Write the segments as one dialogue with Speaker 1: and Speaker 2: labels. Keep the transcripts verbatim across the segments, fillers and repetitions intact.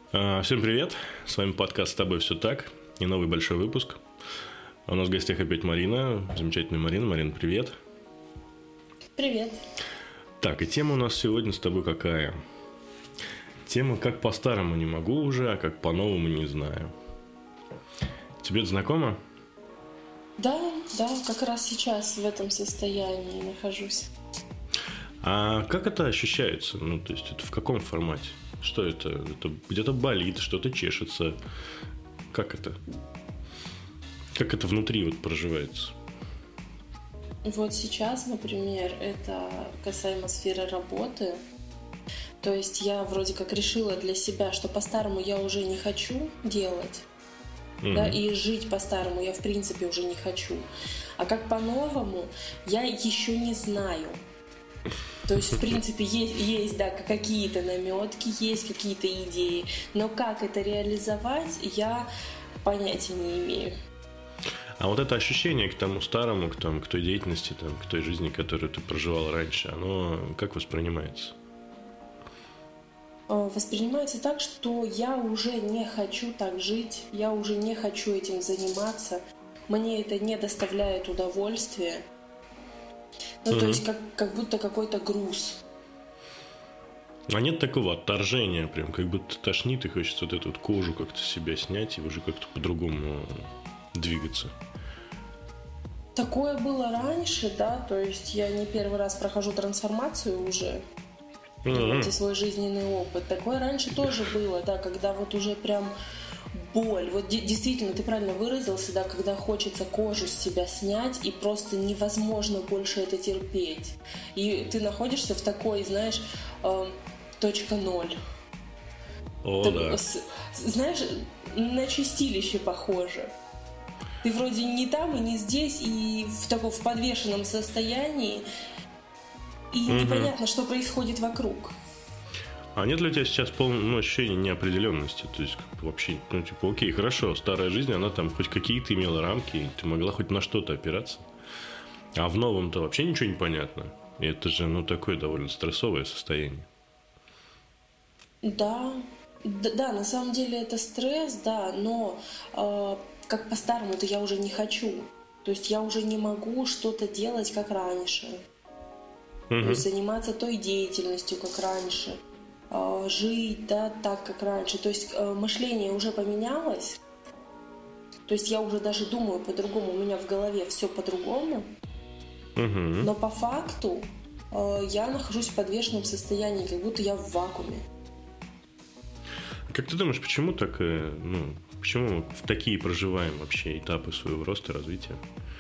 Speaker 1: А, Всем привет, с вами подкаст «С тобой все так» и новый большой выпуск. У нас в гостях опять Марина, замечательная Марина. Марина, привет.
Speaker 2: Привет.
Speaker 1: Так, и тема у нас сегодня с тобой какая? Тема «Как по-старому не могу уже, а как по-новому не знаю». Тебе это знакомо?
Speaker 2: Да, да, как раз сейчас в этом состоянии нахожусь.
Speaker 1: А как это ощущается? Ну, то есть, это в каком формате? Что это? Это где-то болит, что-то чешется. Как это? Как это внутри вот проживается?
Speaker 2: Вот сейчас, например, это касаемо сферы работы. То есть я вроде как решила для себя, что по-старому я уже не хочу делать. Mm-hmm. Да, и жить по-старому я в принципе уже не хочу. А как по-новому, я еще не знаю. То есть, в принципе, есть, есть да, какие-то наметки, есть какие-то идеи, но как это реализовать, я понятия не имею.
Speaker 1: А вот это ощущение к тому старому, к, тому, к той деятельности, там, к той жизни, которую ты проживал раньше, оно как воспринимается?
Speaker 2: Воспринимается так, что я уже не хочу так жить, я уже не хочу этим заниматься, мне это не доставляет удовольствия. Ну, угу. То есть, как, как будто какой-то груз.
Speaker 1: А нет такого отторжения, прям как будто тошнит, и хочется вот эту вот кожу как-то с себя снять и уже как-то по-другому двигаться?
Speaker 2: Такое было раньше, да, то есть я не первый раз прохожу трансформацию уже, mm-hmm. свой жизненный опыт. Такое раньше тоже было, да, когда вот уже прям боль. Вот действительно, ты правильно выразился, да, когда хочется кожу с себя снять, и просто невозможно больше это терпеть. И ты находишься в такой, знаешь, э, точка ноль.
Speaker 1: О,
Speaker 2: ты,
Speaker 1: да.
Speaker 2: с, знаешь, на чистилище похоже. Ты вроде не там и не здесь, и в таком в подвешенном состоянии, и угу. непонятно, что происходит вокруг.
Speaker 1: А нет ли у тебя сейчас полное ну, ощущение неопределенности? То есть, как бы вообще, ну, типа, окей, хорошо, старая жизнь, она там хоть какие-то имела рамки, и ты могла хоть на что-то опираться. А в новом-то вообще ничего не понятно. И это же, ну, такое довольно стрессовое состояние.
Speaker 2: Да, да, да, на самом деле это стресс, да, но э, как по-старому-то я уже не хочу. То есть я уже не могу что-то делать, как раньше. Угу. То есть заниматься той деятельностью, как раньше. Жить, да, так, как раньше. То есть мышление уже поменялось. То есть я уже даже думаю по-другому. У меня в голове все по-другому.
Speaker 1: Угу.
Speaker 2: Но по факту я нахожусь в подвешенном состоянии, как будто я в вакууме.
Speaker 1: Как ты думаешь, почему так, ну, почему мы в такие проживаем вообще этапы своего роста, развития?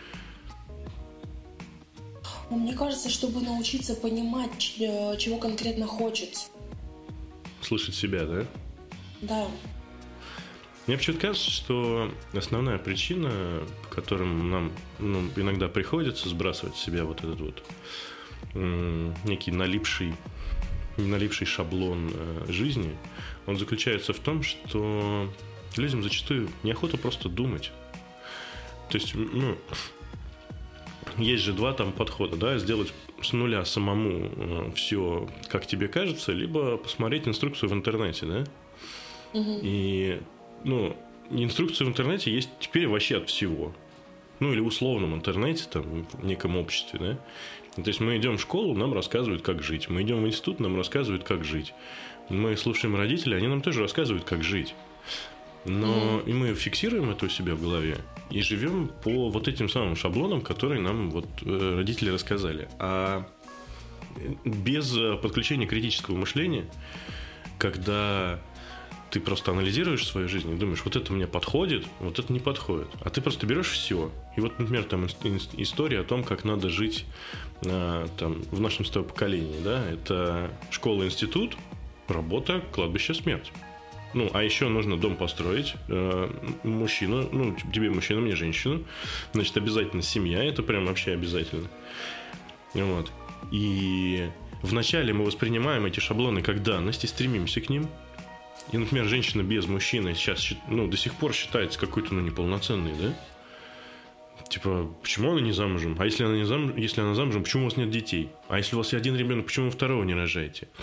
Speaker 2: Мне кажется, чтобы научиться понимать, чего конкретно хочется.
Speaker 1: Слышать себя, да?
Speaker 2: Да.
Speaker 1: Мне почему-то кажется, что основная причина, по которым нам ну, иногда приходится сбрасывать с себя вот этот вот м- некий налипший, налипший шаблон э, жизни, он заключается в том, что людям зачастую неохота просто думать. То есть, ну, есть же два там подхода, да, сделать с нуля самому э, все, как тебе кажется, либо посмотреть инструкцию в интернете, да? Угу. И, ну, инструкция в интернете есть теперь вообще от всего. Ну, или в условном интернете, там, в неком обществе, да? То есть мы идем в школу, нам рассказывают, как жить. Мы идем в институт, нам рассказывают, как жить. Мы слушаем родителей, они нам тоже рассказывают, как жить. Но mm. и мы фиксируем это у себя в голове и живем по вот этим самым шаблонам, которые нам вот родители рассказали. А без подключения критического мышления, когда ты просто анализируешь свою жизнь и думаешь, вот это мне подходит, вот это не подходит. А ты просто берешь все. И вот, например, там история о том, как надо жить там, в нашем с тобой поколении. Да? Это школа, институт, работа, кладбище, смерть. Ну, а еще нужно дом построить, э, мужчину, ну, тебе мужчина, мне женщину. Значит, обязательно семья, это прям вообще обязательно. Вот. И вначале мы воспринимаем эти шаблоны как данность и стремимся к ним. И, например, женщина без мужчины сейчас, ну, до сих пор считается какой-то, ну, неполноценной, да? Типа, почему она не замужем? А если она не замужем, если она замужем, почему у вас нет детей? А если у вас один ребенок, почему вы второго не рожаете?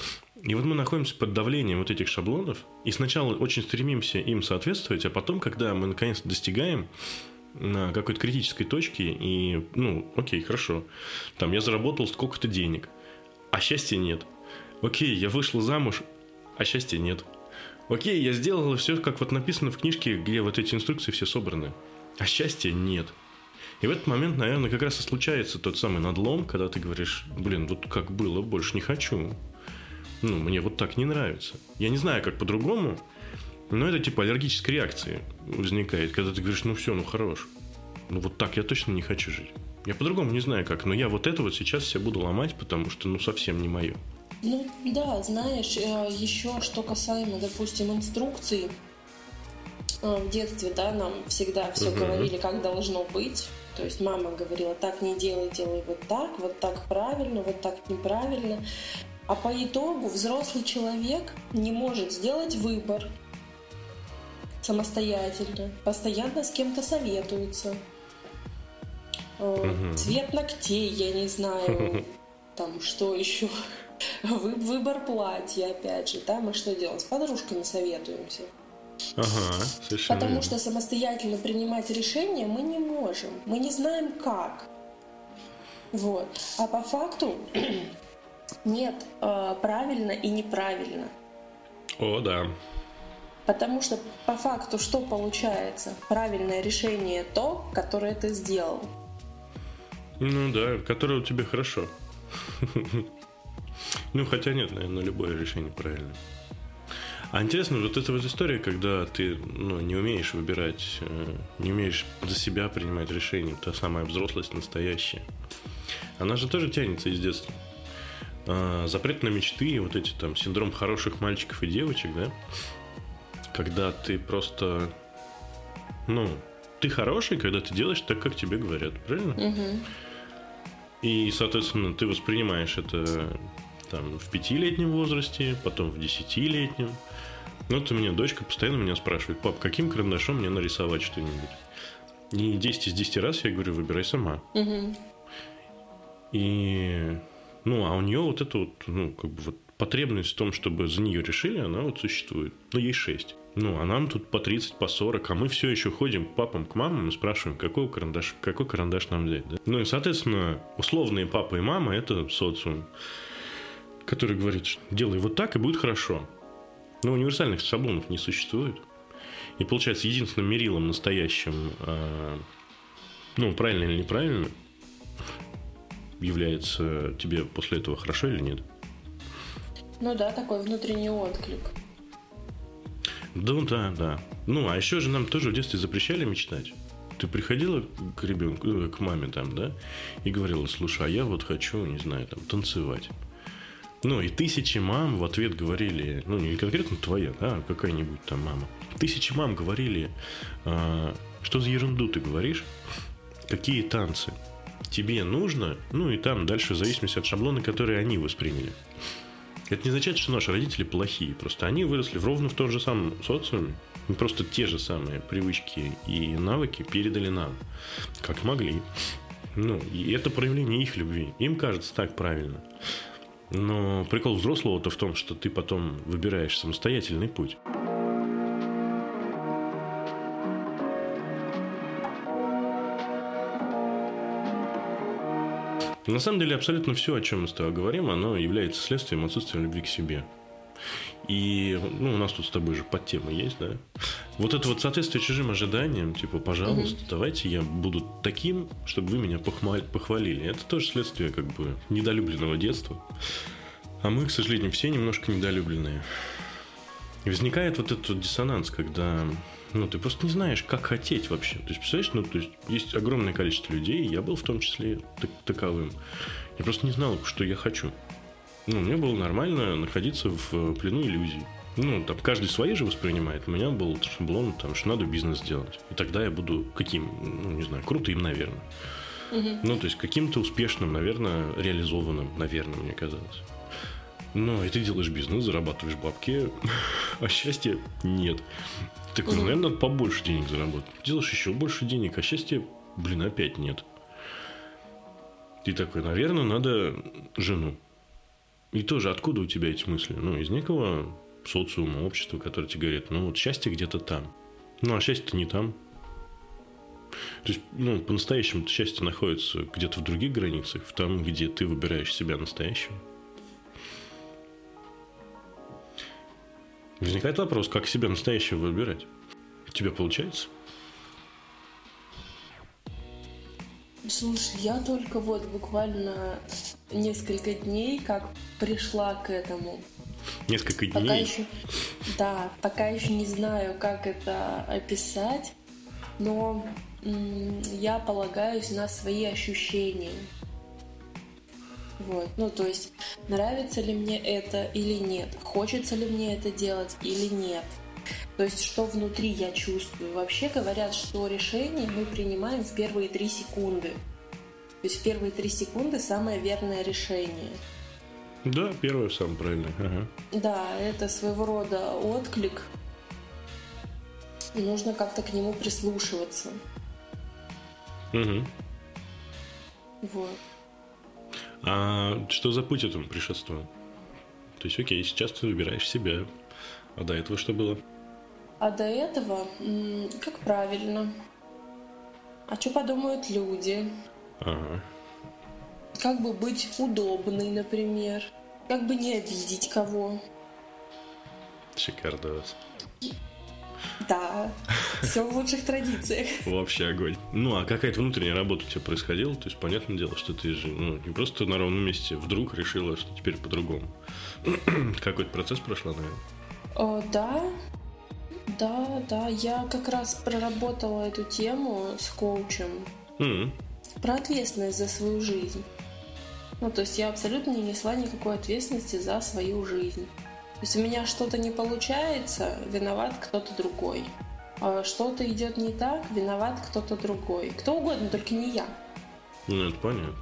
Speaker 1: И вот мы находимся под давлением вот этих шаблонов, и сначала очень стремимся им соответствовать, а потом, когда мы наконец достигаем на какой-то критической точке, и, ну, окей, хорошо, там я заработал сколько-то денег, а счастья нет. Окей, я вышла замуж, а счастья нет. Окей, я сделала все, как вот написано в книжке, где вот эти инструкции все собраны, а счастья нет. И в этот момент, наверное, как раз и случается тот самый надлом, когда ты говоришь, блин, вот как было, больше не хочу. Ну, мне вот так не нравится. Я не знаю, как по-другому, но это типа аллергической реакции возникает, когда ты говоришь, ну все, ну хорош. Ну вот так я точно не хочу жить. Я по-другому не знаю как, но я вот это вот сейчас себя буду ломать, потому что ну совсем не мое.
Speaker 2: Ну да, знаешь, еще что касаемо, допустим, инструкций. В детстве, да, нам всегда все uh-huh. говорили, как должно быть. То есть мама говорила, так не делай, делай вот так, вот так правильно, вот так неправильно. А по итогу взрослый человек не может сделать выбор самостоятельно, постоянно с кем-то советуется. Uh-huh. Цвет ногтей, я не знаю, там что еще, Вы, выбор платья, опять же, да, мы что делаем? С подружками советуемся.
Speaker 1: Ага, совершенно
Speaker 2: Потому
Speaker 1: верно.
Speaker 2: что самостоятельно принимать решения мы не можем. Мы не знаем как. Вот. А по факту нет э, правильно и неправильно.
Speaker 1: О, да.
Speaker 2: Потому что по факту что получается? Правильное решение то, которое ты сделал.
Speaker 1: Ну да, которое у тебя хорошо. Ну, хотя нет, наверное, любое решение правильное. А интересно, вот эта вот история, когда ты ну, не умеешь выбирать, не умеешь за себя принимать решения, та самая взрослость настоящая, она же тоже тянется из детства. А, запрет на мечты, вот эти там синдром хороших мальчиков и девочек, да, когда ты просто, ну, ты хороший, когда ты делаешь так, как тебе говорят, правильно?
Speaker 2: Угу.
Speaker 1: И, соответственно, ты воспринимаешь это там в пятилетнем возрасте, потом в десятилетнем. Вот у меня дочка постоянно меня спрашивает: пап, каким карандашом мне нарисовать что-нибудь? И десять из десяти раз я говорю: выбирай сама.
Speaker 2: Угу.
Speaker 1: И, ну, а у нее вот эта вот, ну, как бы вот потребность в том, чтобы за нее решили, она вот существует. Ну, ей шесть. Ну, а нам тут по тридцать, по сорок, а мы все еще ходим к папам, к мамам и спрашиваем, какой карандаш, какой карандаш нам взять. Да? Ну, и, соответственно, условные папа и мама – это социум, который говорит, что делай вот так, и будет хорошо. Но универсальных шаблонов не существует. И, получается, единственным мерилом настоящим, э, ну, правильно или неправильно, является тебе после этого хорошо или нет.
Speaker 2: Ну да, такой внутренний отклик.
Speaker 1: Да, да, да. Ну, а еще же нам тоже в детстве запрещали мечтать. Ты приходила к ребенку, к маме там, да, и говорила: слушай, а я вот хочу, не знаю, там, танцевать. Ну, и тысячи мам в ответ говорили, ну, не конкретно твоя, да, а какая-нибудь там мама. Тысячи мам говорили: а, что за ерунду ты говоришь? Какие танцы? Тебе нужно? Ну, и там дальше в зависимости от шаблона, который они восприняли. Это не означает, что наши родители плохие. Просто они выросли ровно в том же самом социуме. И просто те же самые привычки и навыки передали нам. Как могли. Ну, и это проявление их любви. Им кажется так правильно. Но прикол взрослого-то в том, что ты потом выбираешь самостоятельный путь. На самом деле, абсолютно все, о чем мы с тобой говорим, оно является следствием отсутствия любви к себе. И, ну, у нас тут с тобой же подтема есть, да? Вот это вот соответствие чужим ожиданиям, типа, пожалуйста, mm-hmm. давайте я буду таким, чтобы вы меня похвали- похвалили. Это тоже следствие, как бы, недолюбленного детства. А мы, к сожалению, все немножко недолюбленные. И возникает вот этот вот диссонанс, когда... Ну, ты просто не знаешь, как хотеть вообще. То есть, представляешь, ну, то есть, есть огромное количество людей, я был в том числе так- таковым. Я просто не знал, что я хочу. Ну, мне было нормально находиться в плену иллюзий. Ну, там, каждый свои же воспринимает. У меня был шаблон, там, что надо бизнес делать. И тогда я буду каким, ну, не знаю, крутым, наверное.
Speaker 2: Угу.
Speaker 1: Ну, то есть, каким-то успешным, наверное, реализованным, наверное, мне казалось. Ну, и ты делаешь бизнес, зарабатываешь бабки, а счастья нет. Ты такой, ну, наверное, надо побольше денег заработать. Делаешь еще больше денег, а счастья, блин, опять нет. Ты такой, наверное, надо жену. И тоже откуда у тебя эти мысли? Ну, из некого социума, общества, которое тебе говорит, ну, вот счастье где-то там. Ну, а счастье-то не там. То есть, ну, по-настоящему счастье находится где-то в других границах, в том, где ты выбираешь себя настоящего. Возникает вопрос, как себя настоящего выбирать? У тебя получается?
Speaker 2: Слушай, я только вот буквально несколько дней как пришла к этому.
Speaker 1: Несколько дней?
Speaker 2: Пока еще, да, пока еще не знаю, как это описать, но м- я полагаюсь на свои ощущения. Вот, ну то есть, нравится ли мне это или нет, хочется ли мне это делать или нет. То есть, что внутри я чувствую. Вообще говорят, что решение мы принимаем в первые три секунды. То есть, в первые три секунды самое верное решение.
Speaker 1: Да, первое самое правильное. Ага.
Speaker 2: Да, это своего рода отклик. И нужно как-то к нему прислушиваться.
Speaker 1: Угу.
Speaker 2: Вот.
Speaker 1: А что за путь этому предшествовал? То есть, окей, сейчас ты выбираешь себя. А до этого что было?
Speaker 2: А до этого, как правильно? А что подумают люди?
Speaker 1: Ага.
Speaker 2: Как бы быть удобной, например. Как бы не обидеть кого.
Speaker 1: Шикардос.
Speaker 2: Да, все в лучших традициях.
Speaker 1: Вообще огонь. Ну, а какая-то внутренняя работа у тебя происходила? То есть, понятное дело, что ты же ну, не просто на ровном месте вдруг решила, что теперь по-другому. Какой-то процесс прошла, наверное?
Speaker 2: О, да, да, да. Я как раз проработала эту тему с коучем.
Speaker 1: Mm-hmm.
Speaker 2: Про ответственность за свою жизнь. Ну, то есть я абсолютно не несла никакой ответственности за свою жизнь. То есть у меня что-то не получается, виноват кто-то другой. А что-то идет не так, виноват кто-то другой. Кто угодно, только не я.
Speaker 1: Ну, это понятно.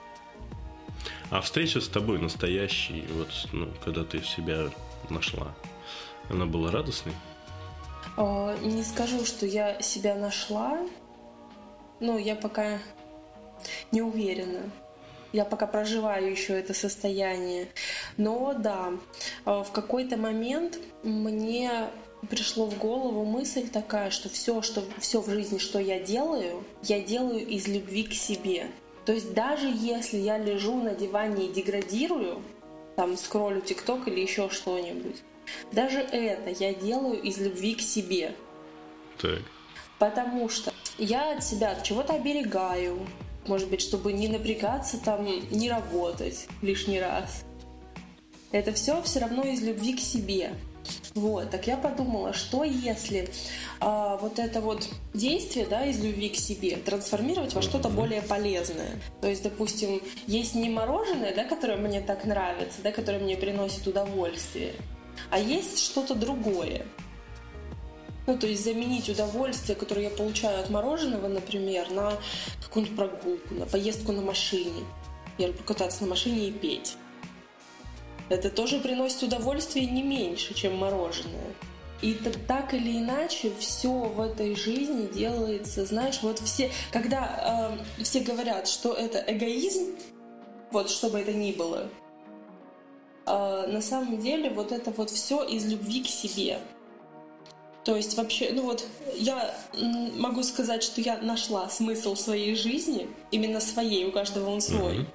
Speaker 1: А встреча с тобой настоящей, вот, ну, когда ты себя нашла, она была радостной?
Speaker 2: А, не скажу, что я себя нашла, но я пока не уверена. Я пока проживаю еще это состояние. Но да, в какой-то момент мне пришло в голову мысль такая, что все, что, все в жизни, что я делаю, я делаю из любви к себе. То есть даже если я лежу на диване и деградирую, там скроллю ТикТок или еще что-нибудь, даже это я делаю из любви к себе.
Speaker 1: Так.
Speaker 2: Потому что я от себя от чего-то оберегаю. Может быть, чтобы не напрягаться, там, не работать лишний раз. Это все все равно из любви к себе. Вот, так я подумала, что если а, вот это вот действие, да, из любви к себе трансформировать во что-то более полезное. То есть, допустим, есть не мороженое, да, которое мне так нравится, да, которое мне приносит удовольствие, а есть что-то другое. Ну, то есть заменить удовольствие, которое я получаю от мороженого, например, на какую-нибудь прогулку, на поездку на машине. Я люблю кататься на машине и петь. Это тоже приносит удовольствие не меньше, чем мороженое. И так, так или иначе, все в этой жизни делается, знаешь, вот все, когда э, все говорят, что это эгоизм, вот что бы это ни было, э, на самом деле вот это вот все из любви к себе. То есть вообще, ну вот, я могу сказать, что я нашла смысл своей жизни, именно своей, у каждого он свой. Mm-hmm.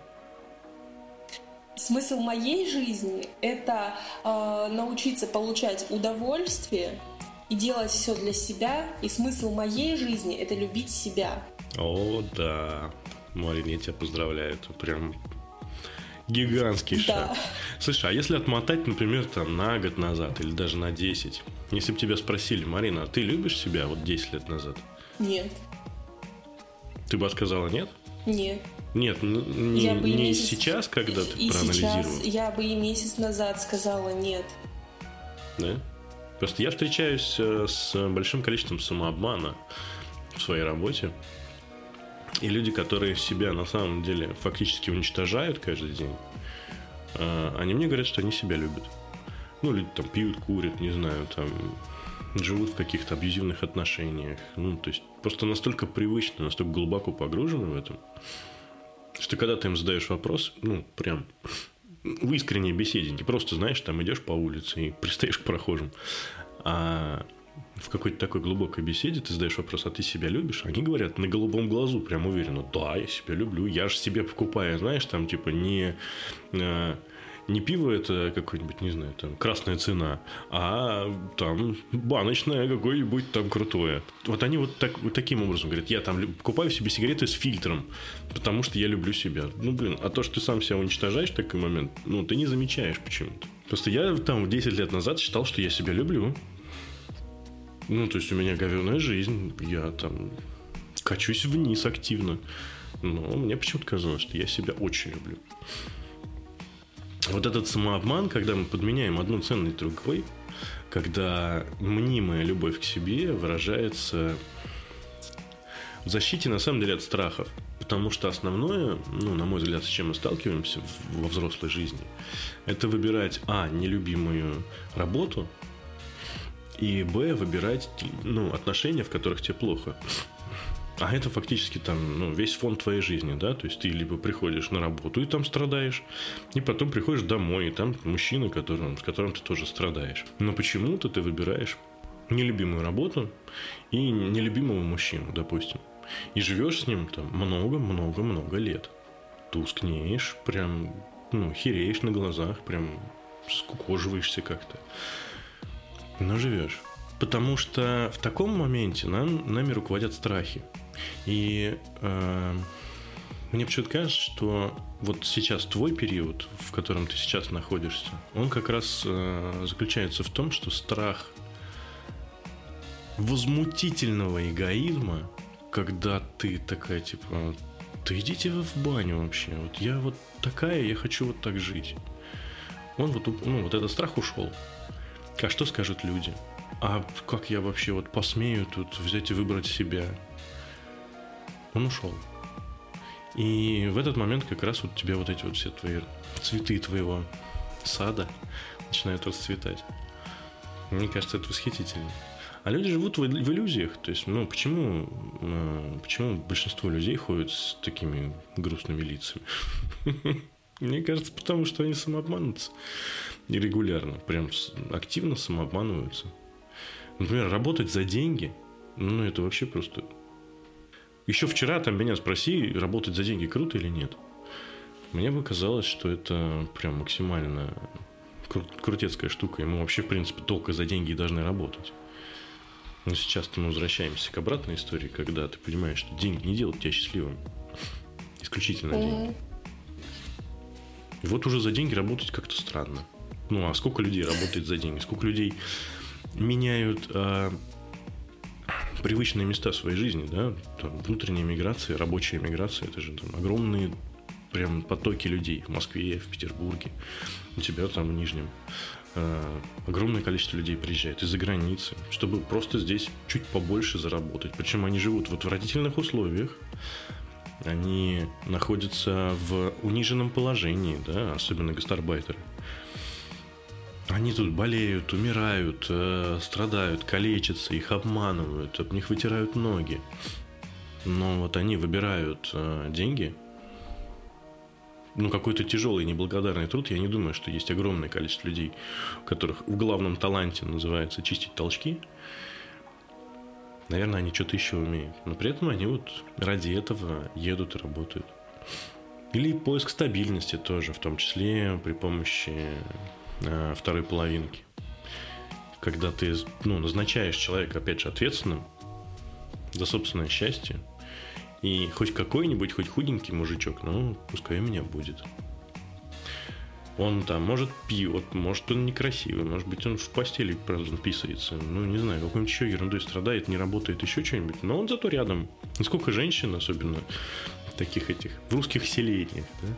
Speaker 2: Смысл моей жизни — это э, научиться получать удовольствие и делать все для себя. И смысл моей жизни — это любить себя.
Speaker 1: О, да. Марин, я тебя поздравляю. Это прям гигантский
Speaker 2: да.
Speaker 1: шаг. Слушай, а если отмотать, например, там, на год назад или даже на десять, если бы тебя спросили: Марина, а ты любишь себя вот десять лет назад?
Speaker 2: Нет.
Speaker 1: Ты бы сказала нет?
Speaker 2: Нет.
Speaker 1: Нет, не,
Speaker 2: я бы
Speaker 1: не
Speaker 2: месяц...
Speaker 1: сейчас, когда ты
Speaker 2: и
Speaker 1: проанализировал.
Speaker 2: Сейчас я бы и месяц назад сказала нет.
Speaker 1: Да? Просто я встречаюсь с большим количеством самообмана в своей работе. И люди, которые себя на самом деле фактически уничтожают каждый день, они мне говорят, что они себя любят. Ну, люди там пьют, курят, не знаю, там живут в каких-то абьюзивных отношениях. Ну, то есть просто настолько привычно, настолько глубоко погружены в этом, что когда ты им задаешь вопрос, ну, прям в искренней беседе. Не просто, знаешь, там идешь по улице и пристаешь к прохожим. А в какой-то такой глубокой беседе ты задаешь вопрос: а ты себя любишь? Они говорят на голубом глазу, прям уверенно: да, я себя люблю. Я же себе покупаю, знаешь, там типа не... Не пиво это какое-нибудь, не знаю, там, красная цена, а там баночное какое-нибудь там крутое. Вот они вот, так, вот таким образом говорят: я там покупаю себе сигареты с фильтром, потому что я люблю себя. Ну, блин, а то, что ты сам себя уничтожаешь в такой момент, ну, ты не замечаешь почему-то. Просто я там десять лет назад считал, что я себя люблю. Ну, то есть у меня говёная жизнь, я там качусь вниз активно. Но мне почему-то казалось, что я себя очень люблю. Вот этот самообман, когда мы подменяем одну ценность другой, когда мнимая любовь к себе выражается в защите, на самом деле, от страхов. Потому что основное, ну, на мой взгляд, с чем мы сталкиваемся во взрослой жизни, это выбирать, а, нелюбимую работу, и, б, выбирать, ну, отношения, в которых тебе плохо. А это фактически там, ну, весь фон твоей жизни, да, то есть ты либо приходишь на работу и там страдаешь, и потом приходишь домой, и там мужчина, которым, с которым ты тоже страдаешь. Но почему-то ты выбираешь нелюбимую работу и нелюбимого мужчину, допустим, и живешь с ним там много-много-много лет. Тускнеешь, прям, ну, хереешь на глазах, прям скукоживаешься как-то, но живешь. Потому что в таком моменте нам, нами руководят страхи. И э, мне почему-то кажется, что вот сейчас твой период, в котором ты сейчас находишься, он как раз э, заключается в том, что страх возмутительного эгоизма, когда ты такая, типа: да идите вы в баню вообще, вот я вот такая, я хочу вот так жить. Он вот, ну, вот этот страх ушел. А что скажут люди? А как я вообще вот посмею тут взять и выбрать себя? Он ушел. И в этот момент как раз вот тебе вот эти вот все твои цветы твоего сада начинают расцветать. Мне кажется, это восхитительно. А люди живут в, в иллюзиях. То есть, ну, почему, э, почему большинство людей ходят с такими грустными лицами? Мне кажется, потому что они самообманываются. И регулярно. Прям активно самообманываются. Например, работать за деньги, ну, это вообще просто... Еще вчера там меня спроси, работать за деньги круто или нет. Мне бы казалось, что это прям максимально кру- крутецкая штука. И мы вообще, в принципе, только за деньги и должны работать. Но сейчас-то мы возвращаемся к обратной истории, когда ты понимаешь, что деньги не делают тебя счастливым. Исключительно mm-hmm. деньги. И вот уже за деньги работать как-то странно. Ну, а сколько людей работает за деньги? Сколько людей меняют а, привычные места своей жизни, да? Там, внутренняя миграция, рабочая миграция, это же там огромные прям потоки людей в Москве, в Петербурге, у тебя там в Нижнем. А, огромное количество людей приезжает из-за границы, чтобы просто здесь чуть побольше заработать. Причем они живут в отвратительных условиях, они находятся в униженном положении, да? Особенно гастарбайтеры. Они тут болеют, умирают, э, страдают, калечатся, их обманывают, об них вытирают ноги. Но вот они выбирают э, деньги. Ну, какой-то тяжелый, неблагодарный труд. Я не думаю, что есть огромное количество людей, у которых в главном таланте называется чистить толчки. Наверное, они что-то еще умеют. Но при этом они вот ради этого едут и работают. Или поиск стабильности тоже, в том числе при помощи второй половинки. Когда ты, ну, назначаешь человека, опять же, ответственным за собственное счастье, и хоть какой-нибудь, хоть худенький мужичок, ну, пускай у меня будет. Он там, может, пьет, может, он некрасивый, может быть, он в постели, правда, писается, ну, не знаю, какой-нибудь еще ерундой страдает, не работает, еще что-нибудь, но он зато рядом. И сколько женщин, особенно таких этих, в русских селениях, да,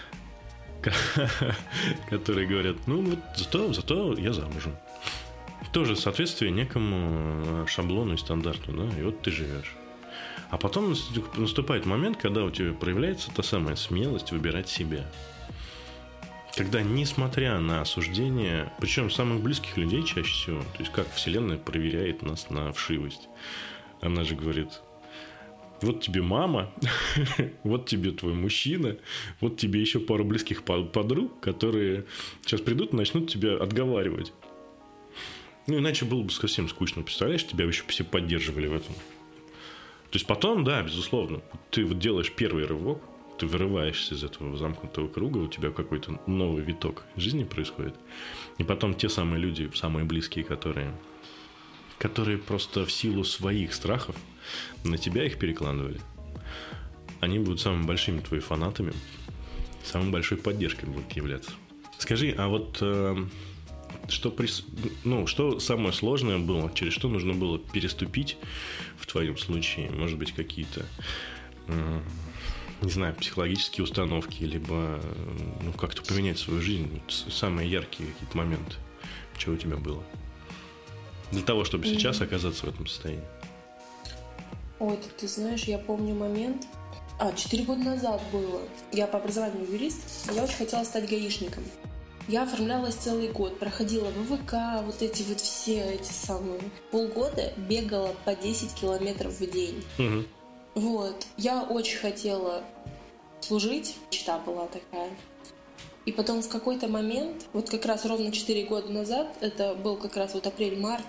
Speaker 1: которые говорят: ну вот зато, зато я замужем. Тоже соответствие некому шаблону и стандарту, да, и вот ты живешь. А потом наступает момент, когда у тебя проявляется та самая смелость выбирать себя. Когда, несмотря на осуждение, причем самых близких людей чаще всего, то есть как Вселенная проверяет нас на вшивость. Она же говорит: Вот тебе мама, вот тебе твой мужчина, вот тебе еще пару близких подруг, которые сейчас придут и начнут тебя отговаривать. Ну, иначе было бы совсем скучно. Представляешь, тебя еще все поддерживали в этом. То есть потом, да, безусловно, ты вот делаешь первый рывок, ты вырываешься из этого замкнутого круга, у тебя какой-то новый виток жизни происходит. И потом те самые люди, самые близкие, которые, которые просто в силу своих страхов на тебя их перекладывали, они будут самыми большими твоими фанатами, самой большой поддержкой будут являться. Скажи, а вот э, что, прис... ну, что самое сложное было, через что нужно было переступить в твоем случае? Может быть, какие-то, э, не знаю, психологические установки, либо ну, как-то поменять свою жизнь, самые яркие какие-то моменты, что у тебя было? Для того, чтобы mm-hmm. сейчас оказаться в этом состоянии.
Speaker 2: Ой, ты, ты знаешь, я помню момент. А, четыре года назад было. Я по образованию юрист, я очень хотела стать гаишником. Я оформлялась целый год, проходила ВВК, вот эти вот все эти самые. Полгода бегала по десять километров в день.
Speaker 1: Угу.
Speaker 2: Вот. Я очень хотела служить, мечта была такая. И потом в какой-то момент, вот как раз ровно четыре года назад, это был как раз вот апрель-март,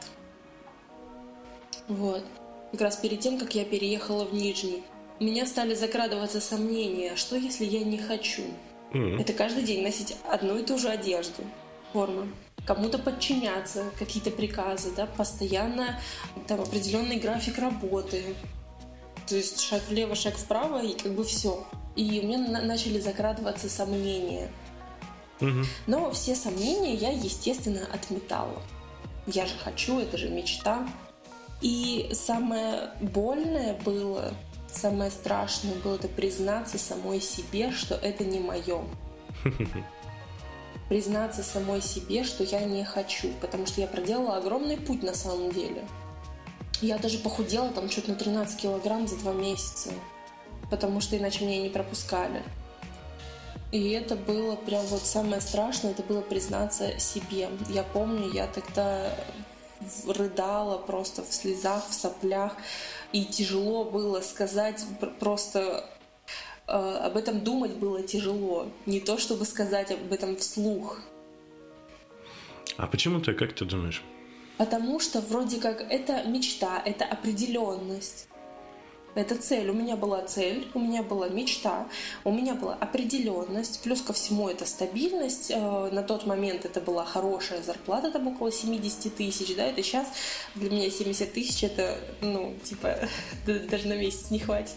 Speaker 2: вот, как раз перед тем, как я переехала в Нижний, у меня стали закрадываться сомнения, что если я не хочу? Mm-hmm. Это каждый день носить одну и ту же одежду, форму, кому-то подчиняться, какие-то приказы, да, постоянно там определенный график работы, то есть шаг влево, шаг вправо и как бы все. И у меня на- начали закрадываться сомнения. Mm-hmm. Но все сомнения я, естественно, отметала. Я же хочу, это же мечта. И самое больное было, самое страшное было это признаться самой себе, что это не мое. Признаться самой себе, что я не хочу, потому что я проделала огромный путь на самом деле. Я даже похудела там чуть на тринадцать килограмм за два месяца, потому что иначе меня не пропускали. И это было прям вот самое страшное, это было признаться себе. Я помню, я тогда рыдала просто в слезах, в соплях, и тяжело было сказать, просто э, об этом думать было тяжело, не то чтобы сказать об этом вслух.
Speaker 1: А почему ты, как ты думаешь?
Speaker 2: Потому что вроде как это мечта, это определенность. Это цель. У меня была цель, у меня была мечта, у меня была определенность. Плюс ко всему это стабильность. На тот момент это была хорошая зарплата, там около семьдесят тысяч, да, это сейчас для меня семьдесят тысяч, это, ну, типа, даже на месяц не хватит.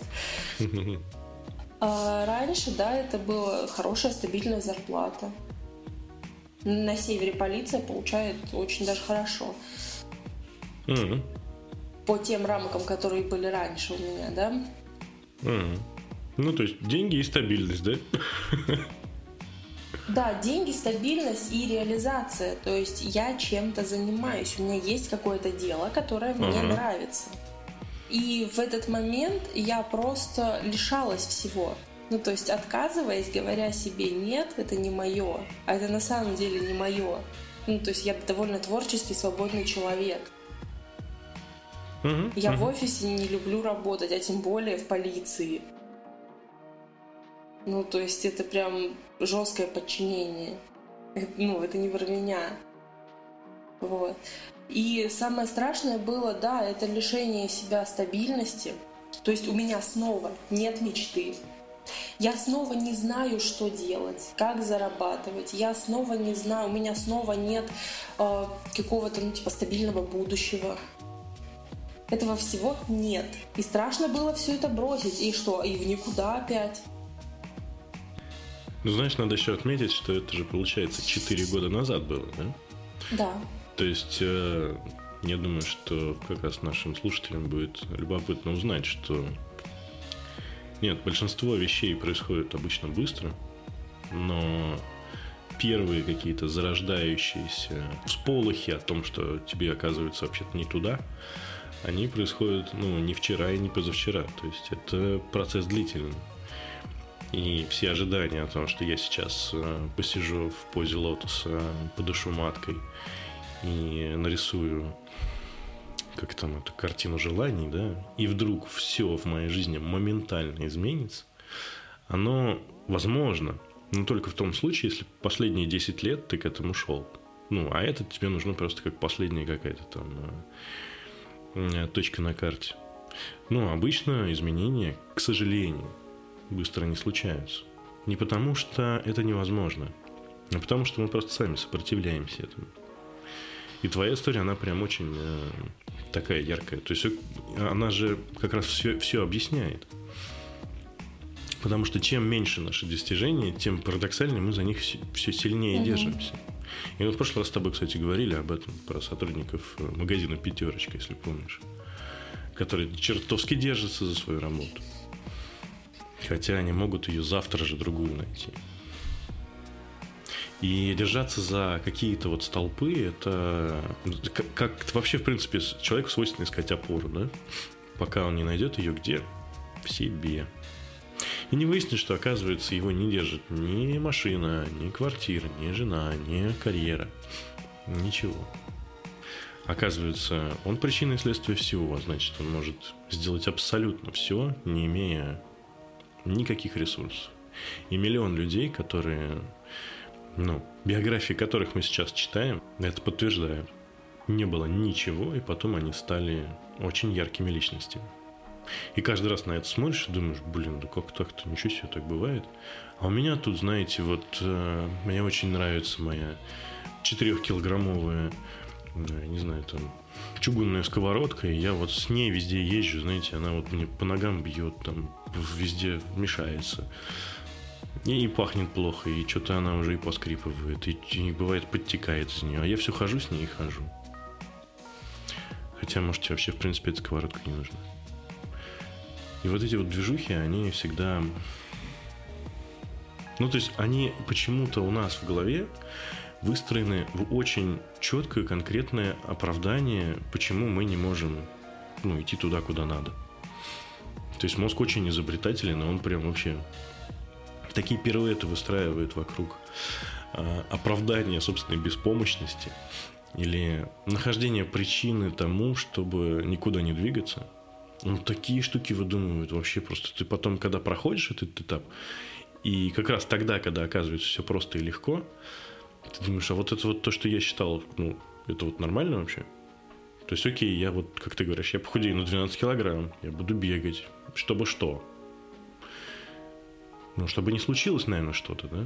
Speaker 2: А раньше, да, это была хорошая стабильная зарплата. На севере полиция получает очень даже хорошо.
Speaker 1: Mm-hmm.
Speaker 2: По тем рамкам, которые были раньше у меня, да?
Speaker 1: Mm-hmm. Ну, то есть деньги и стабильность, да?
Speaker 2: Да, деньги, стабильность и реализация. То есть я чем-то занимаюсь. У меня есть какое-то дело, которое мне uh-huh. нравится. И в этот момент я просто лишалась всего. Ну, то есть отказываясь, говоря себе «нет, это не мое», а это на самом деле не мое. Ну, то есть я довольно творческий, свободный человек.
Speaker 1: Uh-huh.
Speaker 2: Я
Speaker 1: uh-huh.
Speaker 2: в офисе не люблю работать, а тем более в полиции. Ну, то есть это прям жесткое подчинение. Ну, это не про меня. Вот. И самое страшное было, да, это лишение себя стабильности. То есть у меня снова нет мечты. Я снова не знаю, что делать, как зарабатывать. Я снова не знаю, у меня снова нет э, какого-то, ну, типа, стабильного будущего. Этого всего нет. И страшно было все это бросить. И что? И в никуда опять.
Speaker 1: Ну, знаешь, надо еще отметить, что это же, получается, четыре года назад было, да?
Speaker 2: Да.
Speaker 1: То есть, э, я думаю, что как раз нашим слушателям будет любопытно узнать, что нет, большинство вещей происходит обычно быстро, но первые какие-то зарождающиеся всполохи о том, что тебе оказывается вообще-то не туда, они происходят, ну, не вчера и не позавчера. То есть это процесс длительный. И все ожидания о том, что я сейчас э, посижу в позе лотоса, подышу маткой и нарисую как там, эту картину желаний, да, и вдруг все в моей жизни моментально изменится, оно возможно, но только в том случае, если последние десять лет ты к этому шел. Ну, а это тебе нужно просто как последняя какая-то там точка на карте. Ну, обычно изменения, к сожалению, быстро не случаются. Не потому, что это невозможно, а потому, что мы просто сами сопротивляемся этому. И твоя история, она прям очень э, такая яркая. То есть она же как раз все, все объясняет. Потому что чем меньше наши достижения, тем парадоксальнее мы за них все, все сильнее угу. держимся. И мы в прошлый раз с тобой, кстати, говорили об этом, про сотрудников магазина «Пятерочка», если помнишь, которые чертовски держатся за свою работу. Хотя они могут ее завтра же другую найти. И держаться за какие-то вот столпы, это как, как вообще, в принципе, человеку свойственно искать опору, да? Пока он не найдет ее где? В себе. И не выяснит, что, оказывается, его не держит ни машина, ни квартира, ни жена, ни карьера. Ничего. Оказывается, он причина и следствие всего. Значит, он может сделать абсолютно все, не имея никаких ресурсов. И миллион людей, которые... Ну, биографии которых мы сейчас читаем, это подтверждают. Не было ничего, и потом они стали очень яркими личностями. И каждый раз на это смотришь и думаешь, блин, да как так-то, ничего себе, так бывает. А у меня тут, знаете, вот э, мне очень нравится моя четырехкилограммовая, э, не знаю, там, чугунная сковородка, и я вот с ней везде езжу, знаете, она вот мне по ногам бьет, там, везде мешается. И пахнет плохо, и что-то она уже и поскрипывает, и, и бывает подтекает из нее. А я все хожу с ней и хожу. Хотя, может, вообще, в принципе, эта сковородка не нужна. И вот эти вот движухи, они всегда... Ну, то есть, они почему-то у нас в голове выстроены в очень четкое, конкретное оправдание, почему мы не можем, ну, идти туда, куда надо. То есть, мозг очень изобретателен, и он прям вообще... Такие пируэты выстраивает вокруг э, оправдания собственной беспомощности или нахождения причины тому, чтобы никуда не двигаться. Ну, такие штуки выдумывают вообще просто. Ты потом, когда проходишь этот этап, и как раз тогда, когда оказывается все просто и легко, ты думаешь, а вот это вот то, что я считал, ну, это вот нормально вообще? То есть, окей, я вот, как ты говоришь, я похудею на двенадцать килограмм, я буду бегать, чтобы что? Ну, чтобы не случилось, наверное, что-то, да?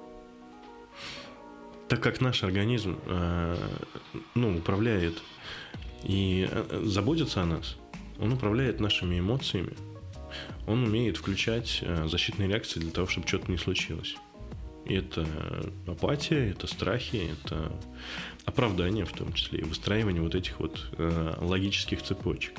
Speaker 1: Так как наш организм, э, ну, управляет и заботится о нас, он управляет нашими эмоциями, он умеет включать э, защитные реакции для того, чтобы что-то не случилось. И это апатия, это страхи, это оправдание в том числе, и выстраивание вот этих вот э, логических цепочек.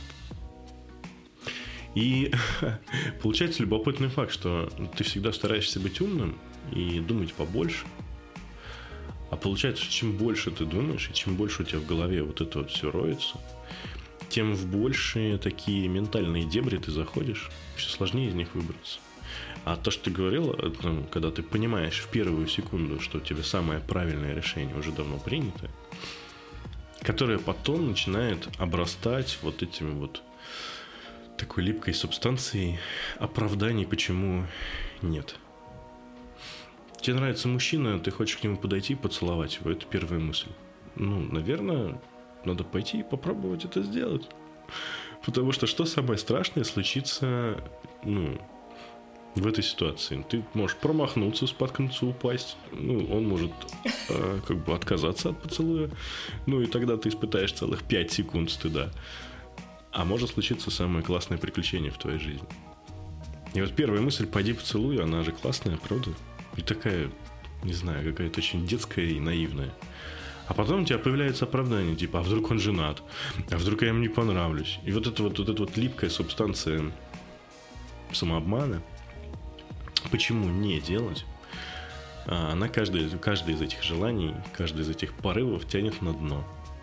Speaker 1: И получается любопытный факт, что ты всегда стараешься быть умным и думать побольше. А получается, что чем больше ты думаешь, и чем больше у тебя в голове вот это вот все роется, тем в большие такие ментальные дебри ты заходишь, все сложнее из них выбраться. А то, что ты говорил, ну, когда ты понимаешь в первую секунду, что у тебя самое правильное решение уже давно принято, которое потом начинает обрастать вот этими вот такой липкой субстанцией оправданий, почему нет. Тебе нравится мужчина, ты хочешь к нему подойти и поцеловать его. Это первая мысль. Ну, наверное, надо пойти и попробовать это сделать. Потому что что самое страшное случится, ну, в этой ситуации? Ты можешь промахнуться, споткнуться, упасть. Ну, он может э, как бы отказаться от поцелуя. Ну, и тогда ты испытаешь целых пять секунд стыда. А может случиться самое классное приключение в твоей жизни. И вот первая мысль, пойди поцелуй, она же классная, правда? И такая, не знаю, какая-то очень детская и наивная. А потом у тебя появляется оправдание, типа, а вдруг он женат? А вдруг я ему не понравлюсь? И вот эта вот, вот, эта вот липкая субстанция самообмана, почему не делать, она каждое, каждое из этих желаний, каждое из этих порывов тянет на дно.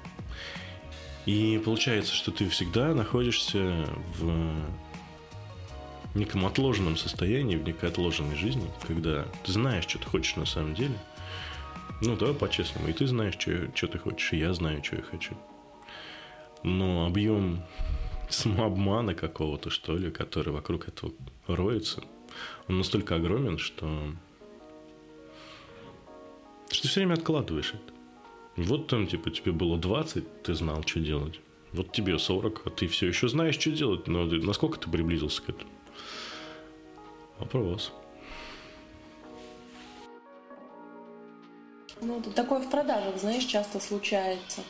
Speaker 1: И получается, что ты всегда находишься в неком отложенном состоянии, в некой отложенной жизни, когда ты знаешь, что ты хочешь на самом деле. Ну, давай по-честному. И ты знаешь, что, что ты хочешь, и я знаю, что я хочу. но объем самообмана какого-то, что ли, который вокруг этого роется, он настолько огромен, что, что ты все время откладываешь это. Вот там, типа, тебе было двадцать, ты знал, что делать. Вот тебе сорок, а ты все еще знаешь, что делать, но насколько ты приблизился к этому? Вопрос.
Speaker 2: Ну, такое в продажах, знаешь, часто случается.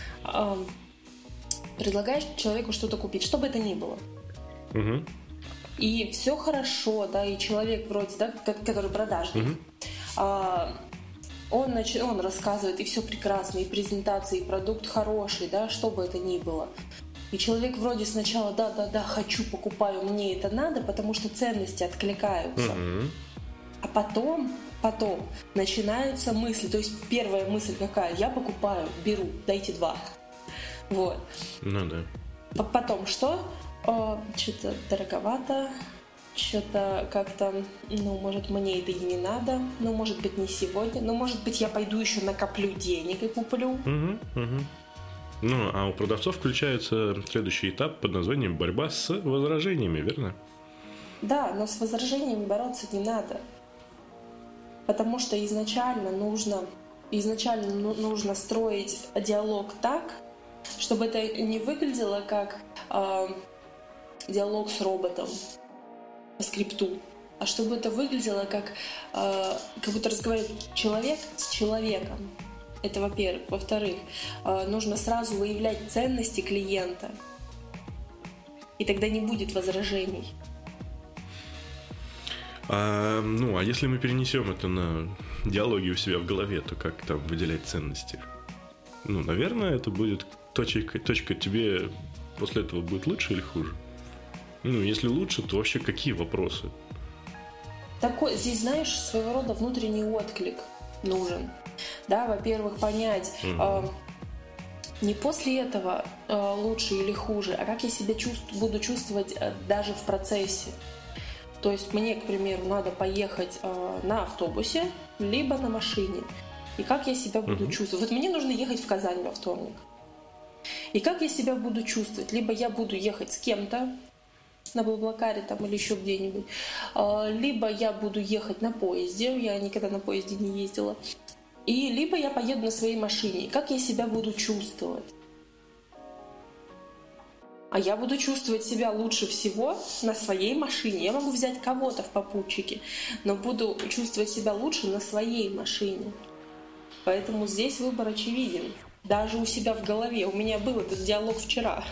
Speaker 2: Предлагаешь человеку что-то купить, что бы это ни было.
Speaker 1: Угу.
Speaker 2: И все хорошо, да, и человек вроде, да, который продажник, угу. а, он, нач... он рассказывает, и все прекрасно, и презентация, и продукт хороший, да, что бы это ни было. И человек вроде сначала, да-да-да, хочу, покупаю, мне это надо, потому что ценности откликаются. Угу. А потом, потом начинаются мысли, то есть первая мысль какая? Я покупаю, беру, дайте два. Вот.
Speaker 1: Ну да.
Speaker 2: Потом что? О, что-то дороговато, что-то как-то, ну, может, мне это и не надо, ну, может быть, не сегодня, ну, может быть, я пойду еще накоплю денег и куплю.
Speaker 1: Угу, угу. Ну, а у продавцов включается следующий этап под названием борьба с возражениями, верно?
Speaker 2: Да, но с возражениями бороться не надо, потому что изначально нужно, изначально нужно строить диалог так, чтобы это не выглядело как э, диалог с роботом по скрипту, а чтобы это выглядело как, э, как будто разговаривает человек с человеком. Это во-первых. Во-вторых, э, нужно сразу выявлять ценности клиента, и тогда не будет возражений.
Speaker 1: А, ну, а если мы перенесем это на диалоги у себя в голове, то как там выделять ценности? Ну, наверное, это будет точка, точка тебе после этого будет лучше или хуже? Ну, если лучше, то вообще какие вопросы?
Speaker 2: Такой, здесь, знаешь, своего рода внутренний отклик нужен. Да, во-первых, понять, угу. э, не после этого э, лучше или хуже, а как я себя чувств, буду чувствовать э, даже в процессе. То есть мне, к примеру, надо поехать э, на автобусе, либо на машине. И как я себя буду угу. чувствовать? Вот мне нужно ехать в Казань во вторник. И как я себя буду чувствовать? Либо я буду ехать с кем-то на Блаблакаре там или еще где-нибудь, либо я буду ехать на поезде, я никогда на поезде не ездила, и либо я поеду на своей машине. И как я себя буду чувствовать? А я буду чувствовать себя лучше всего на своей машине. Я могу взять кого-то в попутчике, но буду чувствовать себя лучше на своей машине. Поэтому здесь выбор очевиден. Даже у себя в голове. У меня был этот диалог вчера.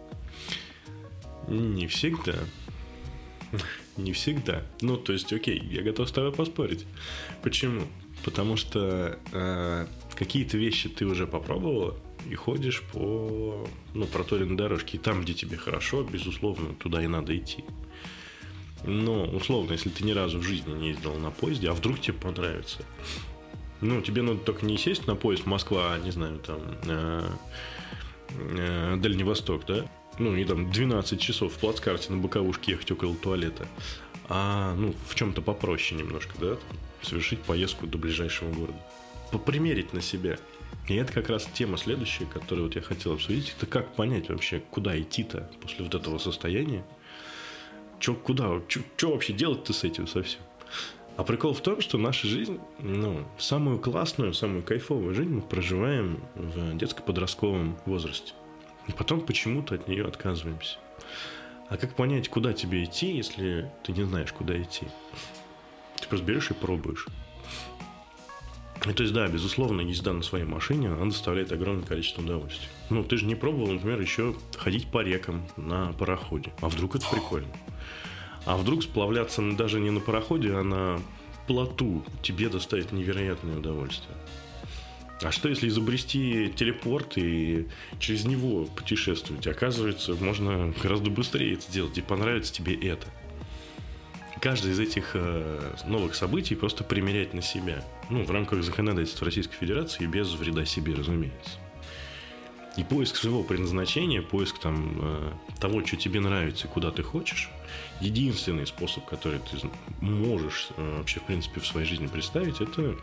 Speaker 1: Не всегда. Не всегда. Ну, то есть, окей, я готов с тобой поспорить. Почему? Потому что э, какие-то вещи ты уже попробовала и ходишь по, ну, проторенной дорожке. И там, где тебе хорошо, безусловно, туда и надо идти. Но, условно, если ты ни разу в жизни не ездил на поезде, а вдруг тебе понравится... Ну, тебе надо только не сесть на поезд Москва, не знаю, там, э, э, Дальний Восток, да? Ну, не там двенадцать часов в плацкарте на боковушке ехать около туалета, а, ну, в чем-то попроще немножко, да? Там, совершить поездку до ближайшего города. Попримерить на себя. И это как раз тема следующая, которую вот я хотел обсудить. Это как понять вообще, куда идти-то после вот этого состояния? Че, куда? Что вообще делать-то с этим совсем? А прикол в том, что наша жизнь, ну, самую классную, самую кайфовую жизнь мы проживаем в детско-подростковом возрасте. И потом почему-то от нее отказываемся. А как понять, куда тебе идти, если ты не знаешь, куда идти? Ты просто берешь и пробуешь. И то есть, да, безусловно, езда на своей машине, она доставляет огромное количество удовольствия. Ну, ты же не пробовал, например, еще ходить по рекам на пароходе. А вдруг это прикольно? А вдруг сплавляться даже не на пароходе, а на плоту тебе доставит невероятное удовольствие. А что, если изобрести телепорт и через него путешествовать? Оказывается, можно гораздо быстрее это сделать, и понравится тебе это. Каждое из этих э, новых событий просто примерять на себя. Ну, в рамках законодательства Российской Федерации, без вреда себе, разумеется. И поиск своего предназначения, поиск там, э, того, что тебе нравится, куда ты хочешь, единственный способ, который ты можешь э, вообще, в принципе, в своей жизни представить, это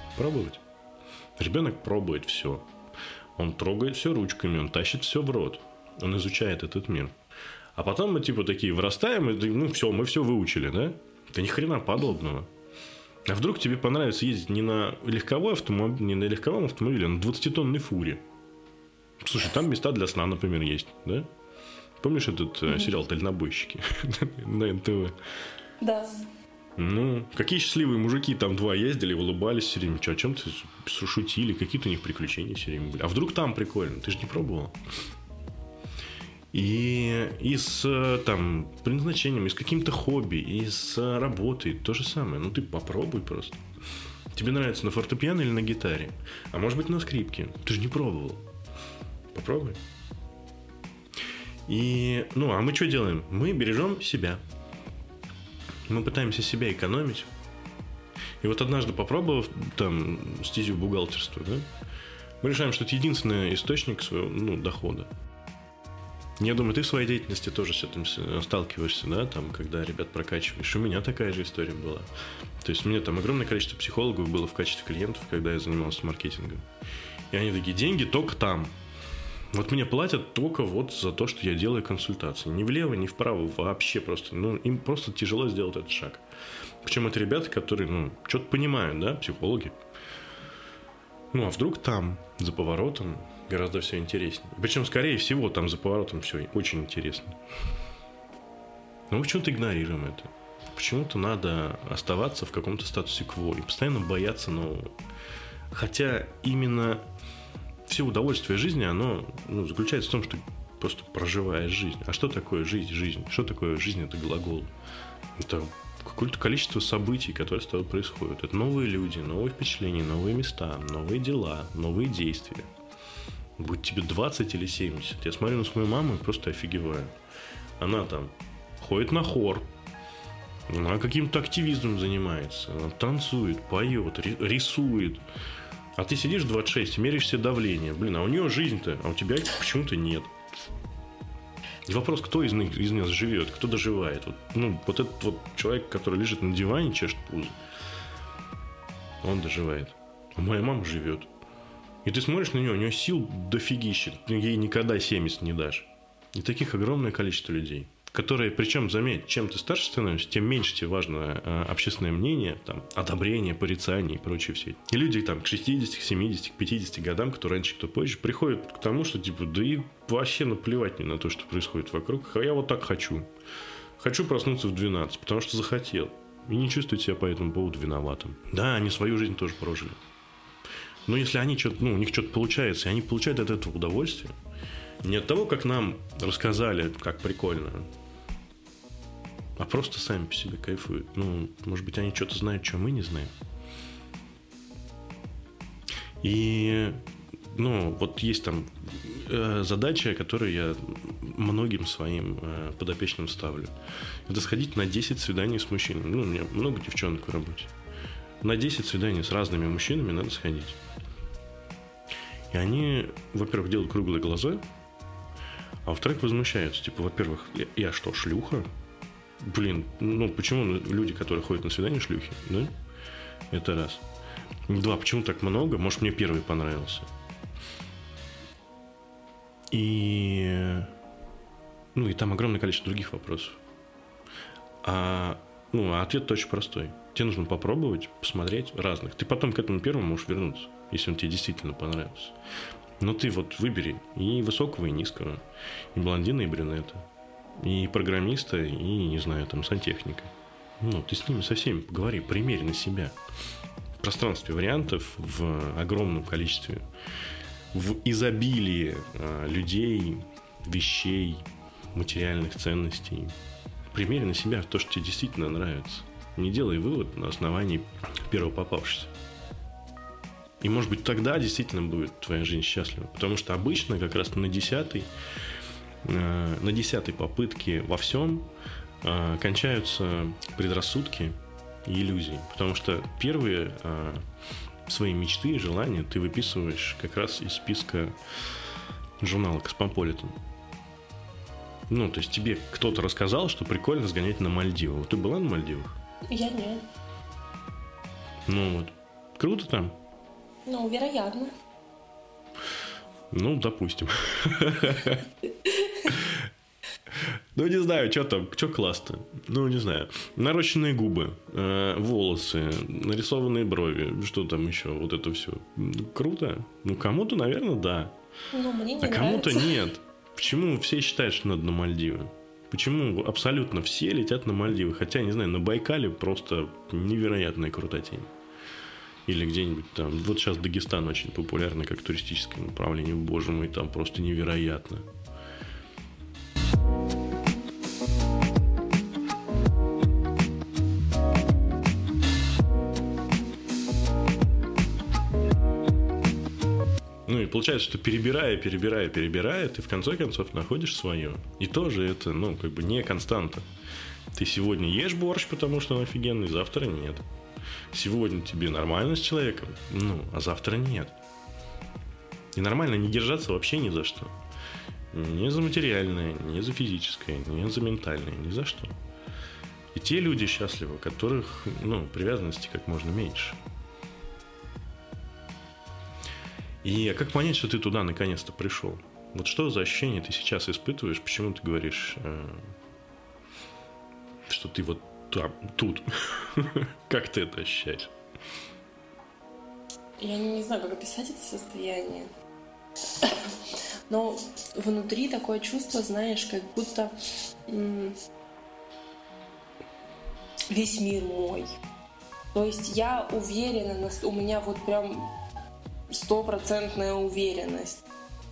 Speaker 1: пробовать. Ребенок пробует все. Он трогает все ручками, он тащит все в рот. Он изучает этот мир. А потом мы типа такие вырастаем, и ну все, мы все выучили, да? Да ни хрена подобного. А вдруг тебе понравится ездить не на легковой автомобиль, не на легковом автомобиле, а на двадцатитонной фуре? Слушай, там места для сна, например, есть, да? Помнишь этот mm-hmm. сериал «Дальнобойщики» на эн тэ вэ?
Speaker 2: Да.
Speaker 1: Ну, какие счастливые мужики там два ездили, улыбались все время. Че, о чем-то шутили, какие-то у них приключения все время были. А вдруг там прикольно? Ты же не пробовал. И, и с там, предназначением, и с каким-то хобби, и с работой то же самое. Ну, ты попробуй просто. Тебе нравится на фортепиано или на гитаре? А может быть, на скрипке? Ты же не пробовал. Попробуй. И, ну, а мы что делаем? Мы бережем себя. Мы пытаемся себя экономить. И вот однажды, попробовав там стезю бухгалтерства, да, мы решаем, что это единственный источник своего, ну, дохода. Я думаю, ты в своей деятельности тоже с этим сталкиваешься, да, там, когда ребят прокачиваешь. У меня такая же история была. То есть у меня там огромное количество психологов было в качестве клиентов, когда я занимался маркетингом. И они такие: деньги только там. Вот мне платят только вот за то, что я делаю консультации. Ни влево, ни вправо, вообще просто. Ну, им просто тяжело сделать этот шаг. Причем это ребята, которые, ну, что-то понимают, да, психологи. Ну, а вдруг там, за поворотом, гораздо все интереснее. Причем, скорее всего, там за поворотом все очень интересно. Но мы почему-то игнорируем это. Почему-то надо оставаться в каком-то статусе кво и постоянно бояться нового. Хотя именно все удовольствие жизни, оно, ну, заключается в том, что просто проживаешь жизнь. А что такое жизнь? Жизнь. Что такое жизнь? Это глагол. Это какое-то количество событий, которые с тобой происходят. Это новые люди, новые впечатления, новые места, новые дела, новые действия. Будь тебе двадцать или семьдесят. Я смотрю на свою маму и просто офигеваю. Она там ходит на хор, она каким-то активизмом занимается, она танцует, поет, рисует. А ты сидишь в двадцать шесть и меряешь себе давление. Блин, а у нее жизнь-то, а у тебя почему-то нет. И вопрос, кто из них, из нас живет, кто доживает. Вот, ну, вот этот вот человек, который лежит на диване, чешет пузо, он доживает. А моя мама живет. И ты смотришь на нее, у нее сил дофигища. Ей никогда семьдесят не дашь. И таких огромное количество людей, которые, причем, заметь, чем ты старше становишься, тем меньше тебе важно э, общественное мнение, там, одобрение, порицание и прочее все. И люди там к шестидесяти, к семидесяти, к пятидесяти годам, кто раньше, кто позже, приходят к тому, что типа, да и вообще наплевать мне на то, что происходит вокруг. Я вот так хочу. Хочу проснуться в двенадцать, потому что захотел. И не чувствуют себя по этому поводу виноватым. Да, они свою жизнь тоже прожили. Но если они что-то, ну, у них что-то получается, и они получают от этого удовольствие, не от того, как нам рассказали, как прикольно, а просто сами по себе кайфуют. Ну, может быть, они что-то знают, что мы не знаем. И, ну, вот есть там э, задача, которую я многим своим э, подопечным ставлю. Это сходить на десять свиданий с мужчинами. Ну, у меня много девчонок в работе. На десять свиданий с разными мужчинами надо сходить. И они, во-первых, делают круглые глаза, а во-вторых, возмущаются. Типа, во-первых, я, я что, шлюха? Блин, ну почему люди, которые ходят на свидание, шлюхи? Да? Это раз. Два, почему так много? Может, мне первый понравился. И... Ну, и там огромное количество других вопросов. А, ну, а ответ очень простой. Тебе нужно попробовать, посмотреть разных. Ты потом к этому первому можешь вернуться, если он тебе действительно понравился. Но ты вот выбери и высокого, и низкого, и блондина, и брюнета, и программиста, и, не знаю, там, сантехника. Ну, ты с ними со всеми поговори, примерь на себя. В пространстве вариантов, в огромном количестве, в изобилии а, людей, вещей, материальных ценностей. Примерь на себя то, что тебе действительно нравится. Не делай вывод на основании первого попавшегося. И, может быть, тогда действительно будет твоя жизнь счастлива. Потому что обычно как раз на десятой, э, на десятой попытке во всем э, кончаются предрассудки и иллюзии. Потому что первые э, свои мечты и желания ты выписываешь как раз из списка журнала «Космополитен». Ну, то есть тебе кто-то рассказал, что прикольно сгонять на Мальдивы. Ты была на Мальдивах?
Speaker 2: Я нет.
Speaker 1: Ну вот. Круто там?
Speaker 2: Ну, вероятно.
Speaker 1: Ну, допустим. Ну, не знаю, что там, что классно. Ну, не знаю. Нарощенные губы, э, волосы, нарисованные брови, что там еще, вот это все. Круто. Ну, кому-то, наверное, да.
Speaker 2: Ну, мне не
Speaker 1: а кому-то
Speaker 2: нравится.
Speaker 1: нет. Почему все считают, что надо на Мальдивы? Почему абсолютно все летят на Мальдивы? Хотя, не знаю, на Байкале просто невероятная крутотень. Или где-нибудь там. Вот сейчас Дагестан очень популярный как туристическое направление. Боже мой, там просто невероятно. Ну и получается, что перебирая, перебирая, перебирая, ты в конце концов находишь свое. И тоже это, ну, как бы не константа. Ты сегодня ешь борщ, потому что он офигенный, завтра нет. Сегодня тебе нормально с человеком, ну, а завтра нет. И нормально не держаться вообще ни за что. Ни за материальное, ни за физическое, ни за ментальное, ни за что. И те люди счастливы, у которых, ну, привязанности как можно меньше. И как понять, что ты туда наконец-то пришел? Вот что за ощущение ты сейчас испытываешь? Почему ты говоришь, что ты вот там, тут? Как ты это ощущаешь?
Speaker 2: Я не знаю, как описать это состояние. Но внутри такое чувство, знаешь, как будто м- весь мир мой. То есть я уверена, у меня вот прям стопроцентная уверенность,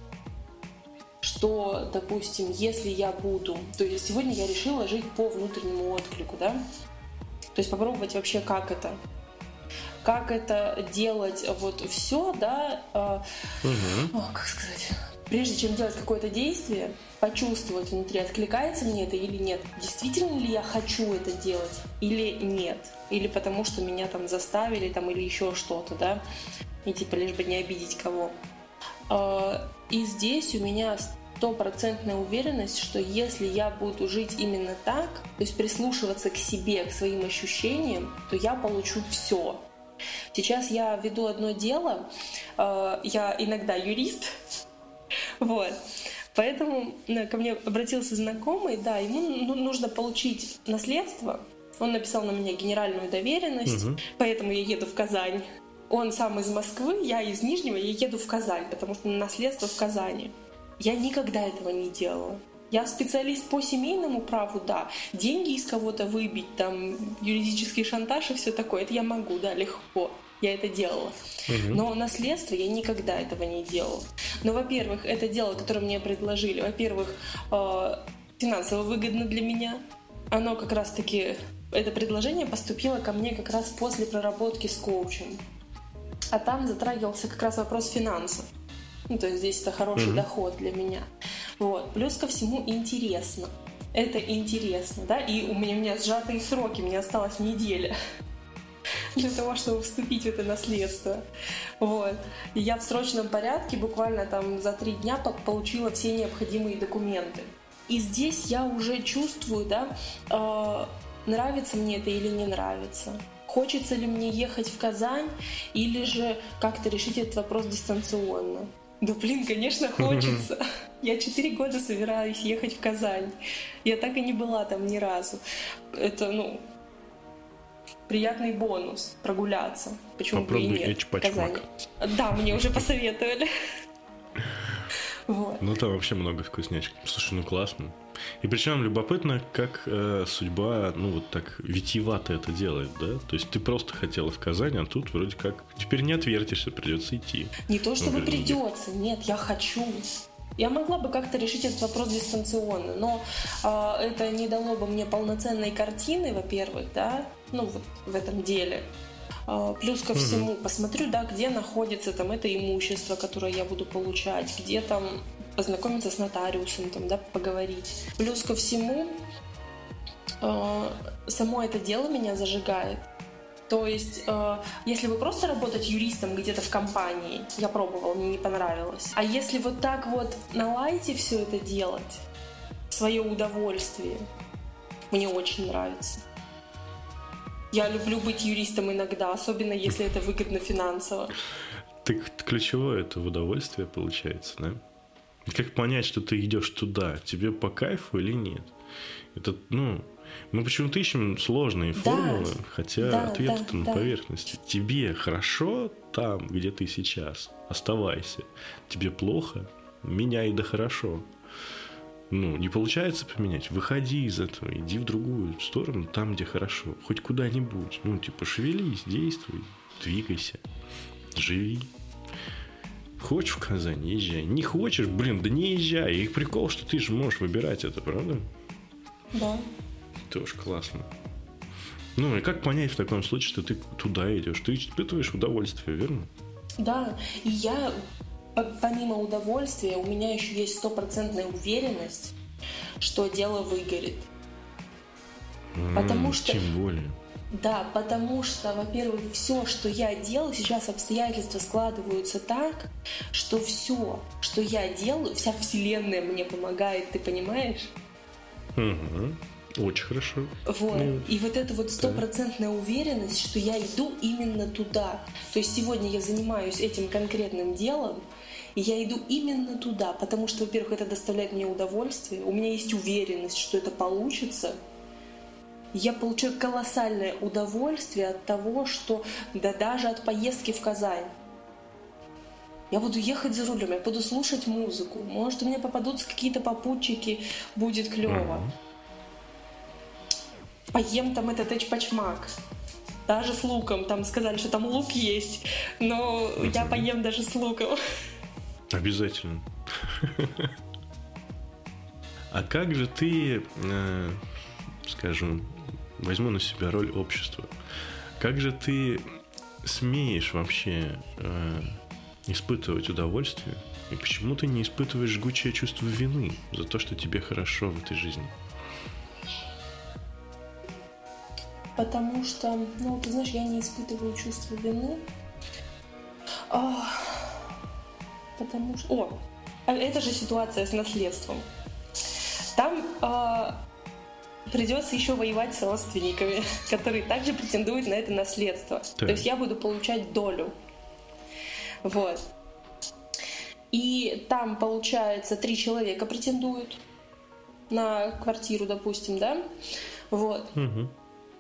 Speaker 2: что, допустим, если я буду... То есть сегодня я решила жить по внутреннему отклику, да? То есть попробовать вообще, как это. Как это делать вот все, да? Э,
Speaker 1: угу.
Speaker 2: о, как сказать? Прежде чем делать какое-то действие, почувствовать внутри, откликается мне это или нет. Действительно ли я хочу это делать или нет? Или потому что меня там заставили, там, или еще что-то, да? И типа лишь бы не обидеть кого. И здесь у меня стопроцентная уверенность, что если я буду жить именно так, то есть прислушиваться к себе, к своим ощущениям, то я получу все. Сейчас я веду одно дело, я иногда юрист, вот. Поэтому ко мне обратился знакомый, да, ему нужно получить наследство. Он написал на меня генеральную доверенность, угу. Поэтому я еду в Казань. Он сам из Москвы, я из Нижнего, я еду в Казань, потому что наследство в Казани. Я никогда этого не делала. Я специалист по семейному праву, да. Деньги из кого-то выбить, там, юридический шантаж и все такое, это я могу, да, легко. Я это делала. Угу. Но наследство я никогда этого не делала. Но, во-первых, это дело, которое мне предложили, во-первых, финансово выгодно для меня. Оно как раз-таки, это предложение поступило ко мне как раз после проработки с коучем. А там затрагивался как раз вопрос финансов. Ну, то есть здесь это хороший mm-hmm. доход для меня. Вот. Плюс ко всему интересно. Это интересно, да? И у меня, у меня сжатые сроки, мне осталась неделя для того, чтобы вступить в это наследство. Вот. И я в срочном порядке буквально там за три дня получила все необходимые документы. И здесь я уже чувствую, да, э, нравится мне это или не нравится. Хочется ли мне ехать в Казань или же как-то решить этот вопрос дистанционно? Да блин, конечно, хочется. Я четыре года собираюсь ехать в Казань. Я так и не была там ни разу. Это, ну, приятный бонус прогуляться. Почему
Speaker 1: Попробуй
Speaker 2: бы и нет? В Казани. Да, мне уже посоветовали. Вот.
Speaker 1: Ну, там вообще много вкуснячек. Слушай, ну классно. И причем любопытно, как э, судьба, ну, вот так витиевато это делает, да? То есть ты просто хотела в Казань, а тут вроде как теперь не отвертишься, придется идти.
Speaker 2: Не то чтобы
Speaker 1: ну,
Speaker 2: придется, нет, я хочу. Я могла бы как-то решить этот вопрос дистанционно, но э, это не дало бы мне полноценной картины, во-первых, да, ну, вот в этом деле. Плюс ко всему, угу. посмотрю, да, где находится там это имущество, которое я буду получать, где там познакомиться с нотариусом, там, да, поговорить. Плюс ко всему, э, само это дело меня зажигает. То есть, э, если вы просто работать юристом где-то в компании, я пробовала, мне не понравилось. А если вот так вот на лайте все это делать, в свое удовольствие, мне очень нравится. Я люблю быть юристом иногда, особенно если это выгодно финансово.
Speaker 1: Так ключевое это в удовольствие получается, да? Как понять, что ты идешь туда? Тебе по кайфу или нет? Это, ну, мы почему-то ищем сложные да. формулы, хотя да, ответ да, на да. поверхности. Тебе хорошо там, где ты сейчас, оставайся. Тебе плохо, меняй да хорошо. Ну, не получается поменять, выходи из этого, иди в другую сторону, там, где хорошо. Хоть куда-нибудь. Ну, типа, шевелись, действуй, двигайся, живи. Хочешь в Казань, езжай. Не хочешь, блин, да не езжай. И прикол, что ты же можешь выбирать это, правда?
Speaker 2: Да.
Speaker 1: Тоже классно. Ну, и как понять в таком случае, что ты туда идешь? Ты испытываешь удовольствие, верно?
Speaker 2: Да, и я, помимо удовольствия, у меня еще есть стопроцентная уверенность, что дело выгорит.
Speaker 1: Mm,
Speaker 2: потому что...
Speaker 1: Тем более.
Speaker 2: Да, потому что, во-первых, все, что я делаю, сейчас обстоятельства складываются так, что все, что я делаю, вся вселенная мне помогает, ты понимаешь?
Speaker 1: Угу. Очень хорошо.
Speaker 2: Вот.
Speaker 1: Ну,
Speaker 2: и вот эта вот стопроцентная уверенность, что я иду именно туда. То есть сегодня я занимаюсь этим конкретным делом, и я иду именно туда, потому что, во-первых, это доставляет мне удовольствие, у меня есть уверенность, что это получится. Я получаю колоссальное удовольствие от того, что да даже от поездки в Казань. Я буду ехать за рулем, я буду слушать музыку. Может, у меня попадутся какие-то попутчики, будет клево. Mm-hmm. Поем там этот эчпачмак. Даже с луком. Там сказали, что там лук есть, но mm-hmm. я поем даже с луком.
Speaker 1: Обязательно. А как же ты, скажем, возьму на себя роль общества. Как же ты смеешь вообще э, испытывать удовольствие, и почему ты не испытываешь жгучее чувство вины за то, что тебе хорошо в этой жизни?
Speaker 2: Потому что, ну, ты знаешь, я не испытываю чувство вины. А, потому что... О, это же ситуация с наследством. Там... А... придется еще воевать с родственниками, которые также претендуют на это наследство. Так. То есть я буду получать долю. Вот. И там, получается, три человека претендуют на квартиру, допустим, да? Вот.
Speaker 1: Угу.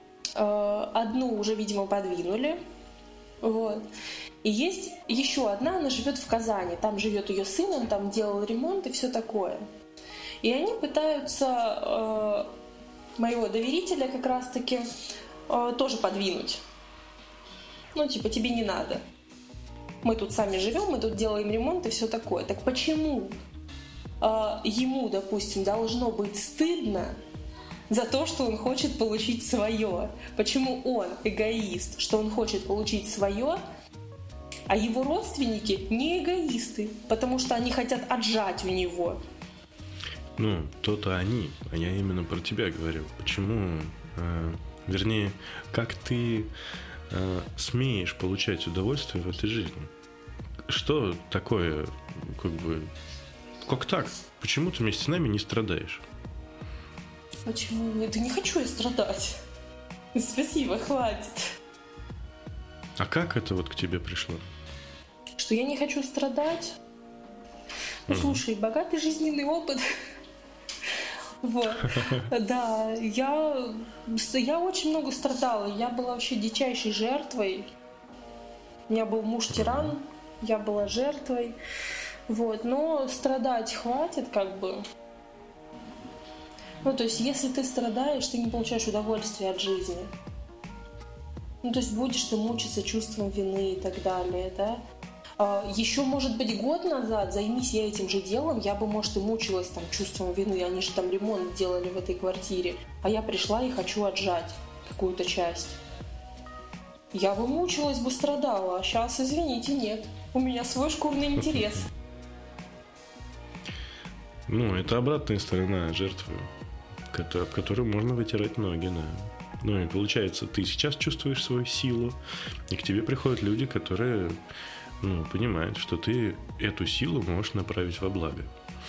Speaker 2: Одну уже, видимо, подвинули. Вот. И есть еще одна, она живет в Казани. Там живет ее сын, он там делал ремонт и все такое. И они пытаются... моего доверителя как раз-таки э, тоже подвинуть. Ну, типа, тебе не надо. Мы тут сами живем, мы тут делаем ремонт и все такое. Так почему э, ему, допустим, должно быть стыдно за то, что он хочет получить свое? Почему он эгоист, что он хочет получить свое, а его родственники не эгоисты, потому что они хотят отжать у него?
Speaker 1: Ну, то-то они, а я именно про тебя говорю. Почему, э, вернее, как ты э, смеешь получать удовольствие в этой жизни? Что такое, как бы, как так? Почему ты вместе с нами не страдаешь?
Speaker 2: Почему? Да не хочу я страдать. Спасибо, хватит.
Speaker 1: А как это вот к тебе пришло?
Speaker 2: Что я не хочу страдать? Ну, mm-hmm. слушай, богатый жизненный опыт... Вот. Да, я, я очень много страдала. Я была вообще дичайшей жертвой. У меня был муж-тиран, я была жертвой. Вот. Но страдать хватит, как бы. Ну, то есть, если ты страдаешь, ты не получаешь удовольствия от жизни. Ну, то есть, будешь ты мучиться чувством вины и так далее, да? Еще, может быть, год назад, займись я этим же делом, я бы, может, и мучилась там чувством вины. Они же там ремонт делали в этой квартире. А я пришла и хочу отжать какую-то часть. Я бы мучилась, бы страдала. А сейчас, извините, нет. У меня свой шкурный интерес.
Speaker 1: Ну, это обратная сторона жертвы, об которой можно вытирать ноги, да. Ну, и получается, ты сейчас чувствуешь свою силу, и к тебе приходят люди, которые... ну, понимает, что ты эту силу можешь направить во благо.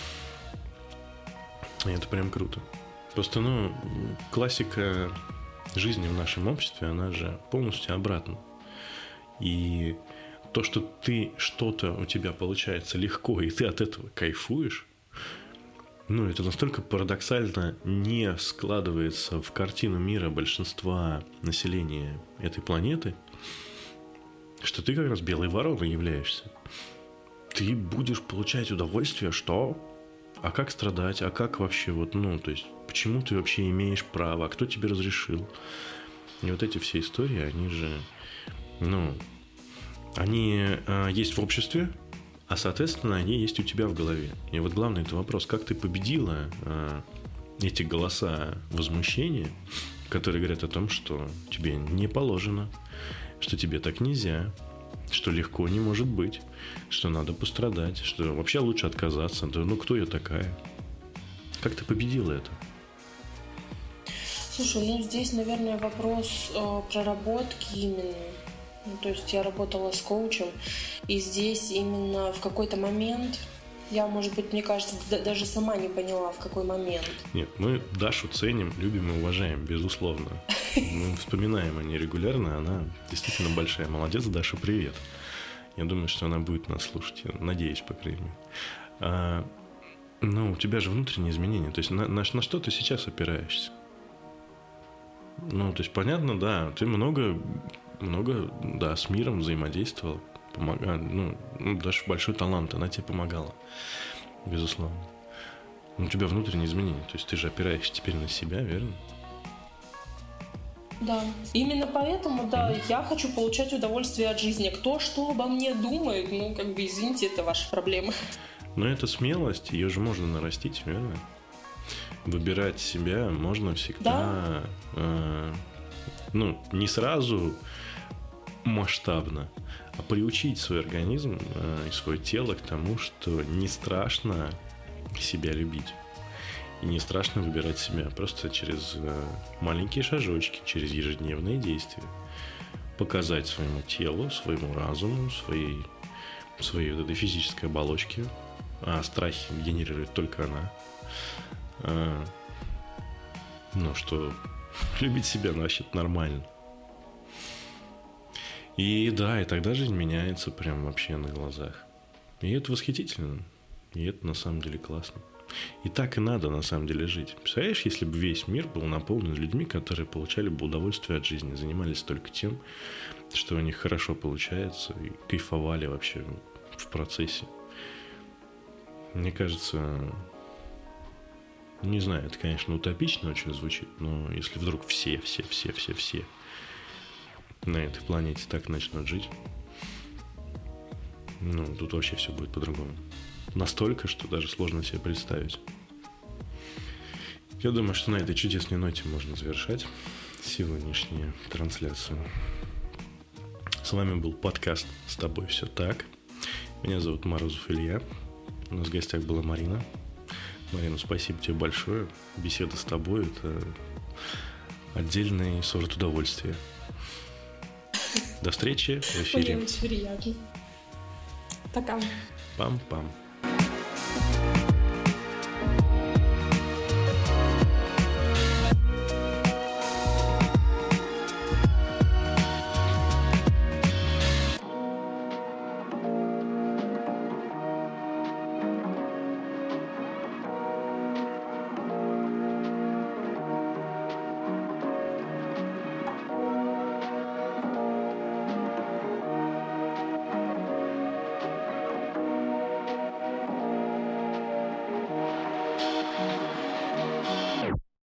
Speaker 1: И это прям круто. Просто, ну, классика жизни в нашем обществе, она же полностью обратна. И то, что ты что-то у тебя получается легко, и ты от этого кайфуешь, ну, это настолько парадоксально не складывается в картину мира большинства населения этой планеты, что ты как раз белой вороной являешься. Ты будешь получать удовольствие, что? А как страдать? А как вообще вот, ну, то есть, почему ты вообще имеешь право? А кто тебе разрешил? И вот эти все истории, они же, ну, они а, есть в обществе, а, соответственно, они есть у тебя в голове. И вот главный это вопрос, как ты победила а, эти голоса возмущения, которые говорят о том, что тебе не положено, что тебе так нельзя, что легко не может быть, что надо пострадать, что вообще лучше отказаться. Да, ну, кто я такая? Как ты победила это?
Speaker 2: Слушай, ну здесь, наверное, вопрос э, проработки именно. Ну, то есть я работала с коучем, и здесь именно в какой-то момент, я, может быть, мне кажется, д- даже сама не поняла, в какой момент.
Speaker 1: Нет, мы Дашу ценим, любим и уважаем, безусловно. Мы вспоминаем о ней регулярно, она действительно большая. Молодец, Даша, привет. Я думаю, что она будет нас слушать, я надеюсь, по крайней мере. А, ну, у тебя же внутренние изменения, то есть на, на, на что ты сейчас опираешься? Ну, то есть, понятно, да, ты много... много, да, с миром взаимодействовал, помогал, ну, даже большой талант, она тебе помогала, безусловно. Но у тебя внутренние изменения, то есть ты же опираешься теперь на себя, верно?
Speaker 2: Да, именно поэтому, да, mm-hmm. я хочу получать удовольствие от жизни. Кто что обо мне думает, ну, как бы, извините, это ваши проблемы.
Speaker 1: Но это смелость, ее же можно нарастить, верно? Выбирать себя можно всегда, да. э, ну, не сразу масштабно, а приучить свой организм э, и свое тело к тому, что не страшно себя любить. И не страшно выбирать себя. Просто через э, маленькие шажочки, через ежедневные действия. Показать своему телу, своему разуму, своей, своей вот этой физической оболочке. А страхи генерирует только она. Э, ну, что любить себя, значит, нормально. И да, и тогда жизнь меняется прям вообще на глазах. И это восхитительно. И это на самом деле классно. И так и надо на самом деле жить. Представляешь, если бы весь мир был наполнен людьми, которые получали бы удовольствие от жизни, занимались только тем, что у них хорошо получается, и кайфовали вообще в процессе. Мне кажется, не знаю, это, конечно, утопично очень звучит, но если вдруг все, все, все, все, все на этой планете так начнут жить, ну, тут вообще все будет по-другому. Настолько, что даже сложно себе представить. Я думаю, что на этой чудесной ноте можно завершать сегодняшнюю трансляцию. С вами был подкаст «С тобой все так». Меня зовут Морозов Илья. У нас в гостях была Марина. Марина, спасибо тебе большое. Беседа с тобой – это отдельный сорт удовольствия. До встречи в эфире.
Speaker 2: Мне очень приятно. Пока.
Speaker 1: Пам-пам.